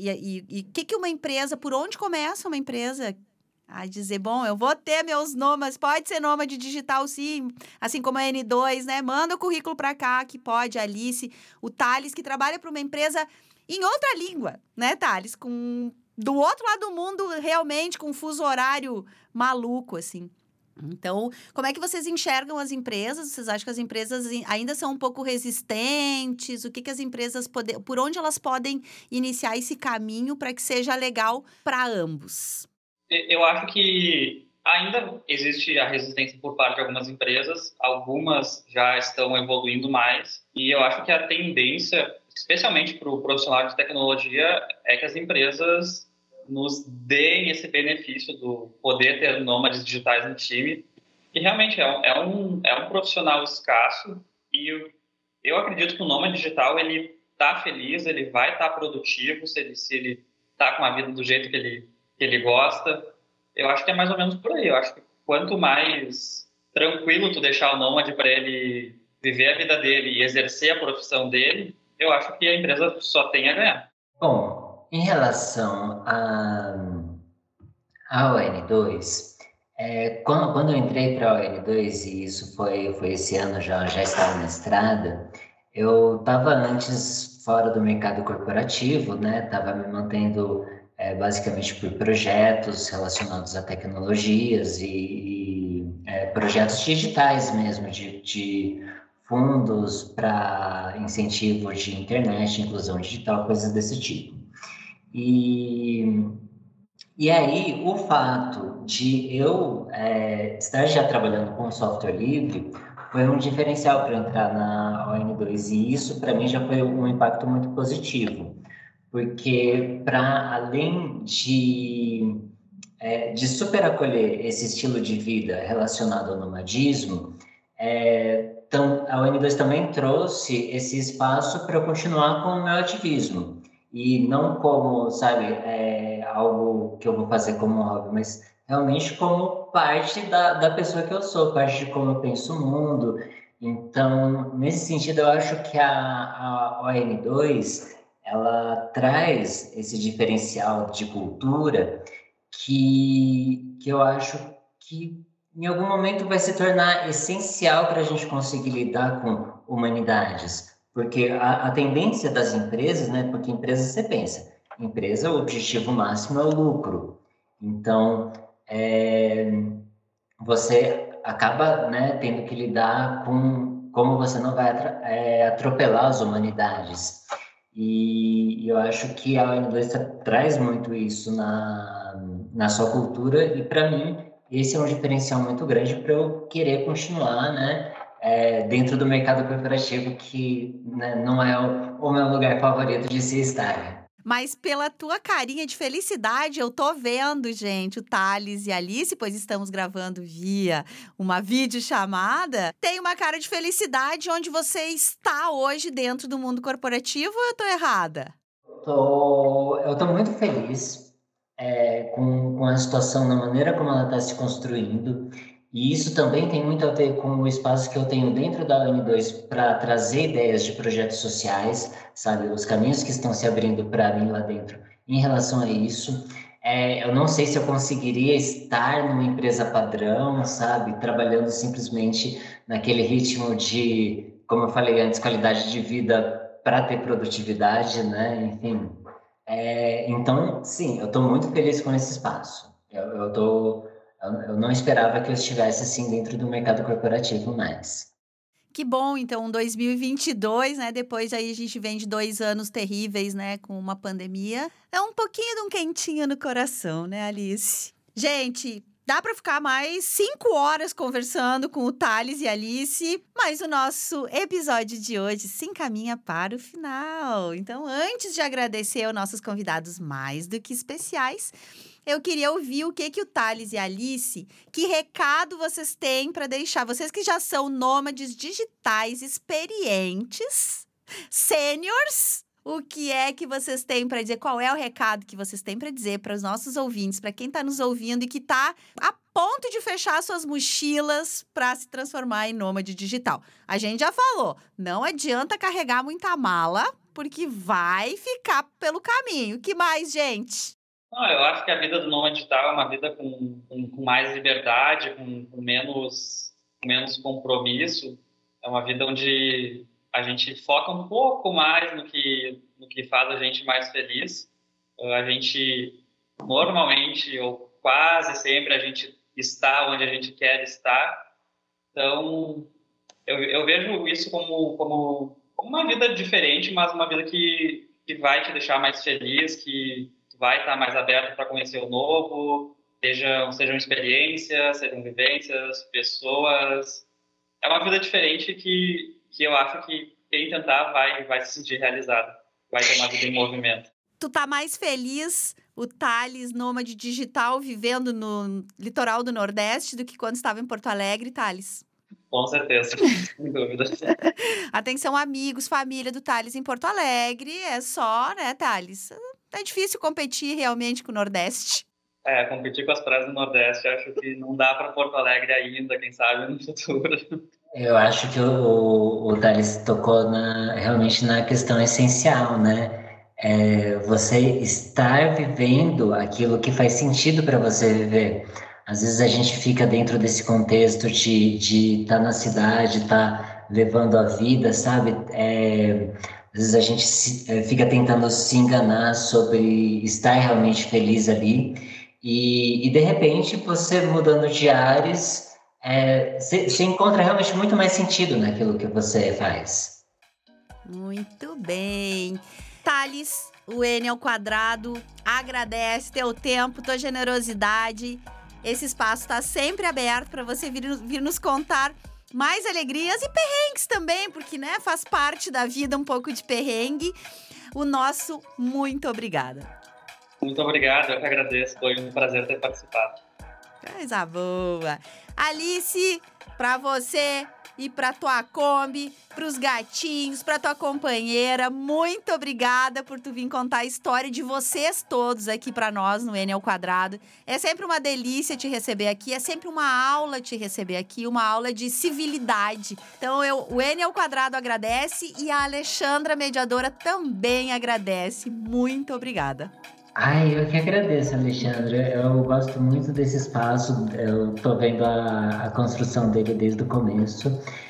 E o que, que uma empresa, por onde começa uma empresa a dizer, bom, eu vou ter meus nômades, pode ser nômade digital sim, assim como a N dois, né? Manda o currículo para cá, que pode, a Alice, o Thales, que trabalha para uma empresa em outra língua, né, Thales? Com, do outro lado do mundo, realmente, com um fuso horário maluco, assim. Então, como é que vocês enxergam as empresas? Vocês acham que as empresas ainda são um pouco resistentes? O que, que as empresas podem, por onde elas podem iniciar esse caminho para que seja legal para ambos? Eu acho que ainda existe a resistência por parte de algumas empresas, algumas já estão evoluindo mais, e eu acho que a tendência, especialmente para o profissional de tecnologia, é que as empresas nos deem esse benefício do poder ter nômades digitais no time, e realmente é um, é um, é um profissional escasso, e eu, eu acredito que o nômade digital, ele está feliz, ele vai estar tá produtivo, se ele se ele está com a vida do jeito que ele que ele gosta. Eu acho que é mais ou menos por aí. Eu acho que quanto mais tranquilo tu deixar o nômade para ele viver a vida dele e exercer a profissão dele, eu acho que a empresa só tem a ganhar. Bom, em relação a, ao N dois, é, quando, quando eu entrei para o N dois, e isso foi, foi esse ano, já, já estava na estrada, eu estava antes fora do mercado corporativo, né? Estava me mantendo é, basicamente por projetos relacionados a tecnologias e, e é, projetos digitais mesmo, de, de fundos para incentivo de internet, inclusão digital, coisas desse tipo. E, e aí, o fato de eu é, estar já trabalhando com software livre foi um diferencial para entrar na O N dois, e isso para mim já foi um impacto muito positivo, porque para além de, é, de super acolher esse estilo de vida relacionado ao nomadismo, é, então, a O N dois também trouxe esse espaço para eu continuar com o meu ativismo. E não como, sabe, é, algo que eu vou fazer como um hobby, mas realmente como parte da, da pessoa que eu sou, parte de como eu penso o mundo. Então, nesse sentido, eu acho que a, a O N dois, ela traz esse diferencial de cultura que, que eu acho que em algum momento vai se tornar essencial para a gente conseguir lidar com humanidades. Porque a, a tendência das empresas, né? Porque empresa, você pensa, empresa, o objetivo máximo é o lucro. Então, é, você acaba, né, tendo que lidar com como você não vai atra, é, atropelar as humanidades. E eu acho que a O N dois traz muito isso na, na sua cultura, e para mim esse é um diferencial muito grande para eu querer continuar, né, é, dentro do mercado corporativo, que, né, não é o, o meu lugar favorito de se estar. Mas pela tua carinha de felicidade, eu tô vendo, gente, o Thales e a Alice, pois estamos gravando via uma videochamada, tem uma cara de felicidade onde você está hoje dentro do mundo corporativo, ou eu tô errada? Tô, eu tô muito feliz é, com, com a situação, na maneira como ela está se construindo. E isso também tem muito a ver com o espaço que eu tenho dentro da O N dois para trazer ideias de projetos sociais, sabe? Os caminhos que estão se abrindo para mim lá dentro em relação a isso. É, eu não sei se eu conseguiria estar numa empresa padrão, sabe? Trabalhando simplesmente naquele ritmo de, como eu falei antes, qualidade de vida para ter produtividade, né? Enfim. É, então, sim, eu estou muito feliz com esse espaço. Eu, eu tô eu não esperava que eu estivesse assim dentro do mercado corporativo mais. Que bom, então, dois mil e vinte e dois, né? Depois aí a gente vem de dois anos terríveis, né? Com uma pandemia. É um pouquinho de um quentinho no coração, né, Alice? Gente, dá para ficar mais cinco horas conversando com o Thales e a Alice, mas o nosso episódio de hoje se encaminha para o final. Então, antes de agradecer aos nossos convidados mais do que especiais, eu queria ouvir o que que o Thales e a Alice, que recado vocês têm para deixar, vocês que já são nômades digitais experientes, sêniors, o que é que vocês têm para dizer? Qual é o recado que vocês têm para dizer para os nossos ouvintes, para quem está nos ouvindo e que está a ponto de fechar suas mochilas para se transformar em nômade digital? A gente já falou, não adianta carregar muita mala, porque vai ficar pelo caminho. O que mais, gente? Não, eu acho que a vida do nômade digital é uma vida com, com, com mais liberdade, com, com menos, com menos compromisso. É uma vida onde a gente foca um pouco mais no que, no que faz a gente mais feliz. A gente, normalmente, ou quase sempre, a gente está onde a gente quer estar. Então, eu, eu vejo isso como, como, como uma vida diferente, mas uma vida que, que vai te deixar mais feliz, que vai estar mais aberto para conhecer o novo, sejam, sejam experiências, sejam vivências, pessoas. É uma vida diferente que, que eu acho que quem tentar vai, vai se sentir realizado, vai ter uma vida em movimento. Tu tá mais feliz, o Thales, nômade digital, vivendo no litoral do Nordeste do que quando estava em Porto Alegre, Thales? Com certeza, sem dúvida. Atenção, amigos, família do Thales em Porto Alegre, é só, né, Thales? É difícil competir realmente com o Nordeste. É, competir com as praias do Nordeste, acho que não dá para Porto Alegre ainda, quem sabe no futuro. Eu acho que o, o Thales tocou na, realmente na questão essencial, né? É, você estar vivendo aquilo que faz sentido para você viver. Às vezes a gente fica dentro desse contexto de de estar na cidade, estar levando a vida, sabe? É, às vezes a gente se, é, fica tentando se enganar sobre estar realmente feliz ali. E, e de repente, você mudando de ares, é, você você encontra realmente muito mais sentido naquilo que você faz. Muito bem. Thales, o N ao quadrado agradece teu tempo, tua generosidade. Esse espaço está sempre aberto para você vir, vir nos contar mais alegrias e perrengues também, porque, né, faz parte da vida um pouco de perrengue. O nosso muito obrigada. Muito obrigado, eu que agradeço. Foi um prazer ter participado. Coisa boa. Alice, pra você e pra tua Kombi, pros gatinhos, pra tua companheira, muito obrigada por tu vir contar a história de vocês todos aqui pra nós no N ao Quadrado. É sempre uma delícia te receber aqui, é sempre uma aula te receber aqui, uma aula de civilidade. Então, eu, o N ao Quadrado agradece e a Alexandra, mediadora, também agradece. Muito obrigada. Ai, eu que agradeço, Alexandre. Eu gosto muito desse espaço. Eu tô vendo a, a construção dele desde o começo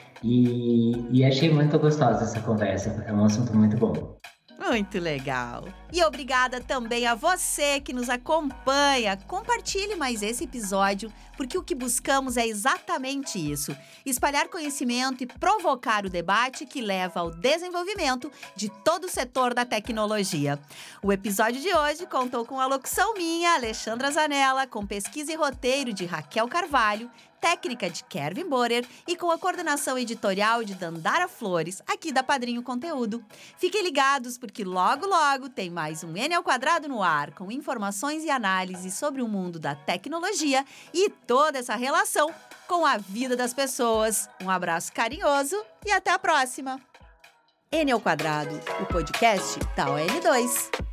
e, e achei muito gostosa essa conversa. É um assunto muito bom. Muito legal. E obrigada também a você que nos acompanha. Compartilhe mais esse episódio, porque o que buscamos é exatamente isso: espalhar conhecimento e provocar o debate que leva ao desenvolvimento de todo o setor da tecnologia. O episódio de hoje contou com a locução minha, Alexandra Zanella, com pesquisa e roteiro de Raquel Carvalho, técnica de Kevin Borer e com a coordenação editorial de Dandara Flores, aqui da Padrinho Conteúdo. Fiquem ligados, porque logo, logo tem mais um N ao Quadrado no ar, com informações e análises sobre o mundo da tecnologia e toda essa relação com a vida das pessoas. Um abraço carinhoso e até a próxima! N ao Quadrado, o podcast da O N dois.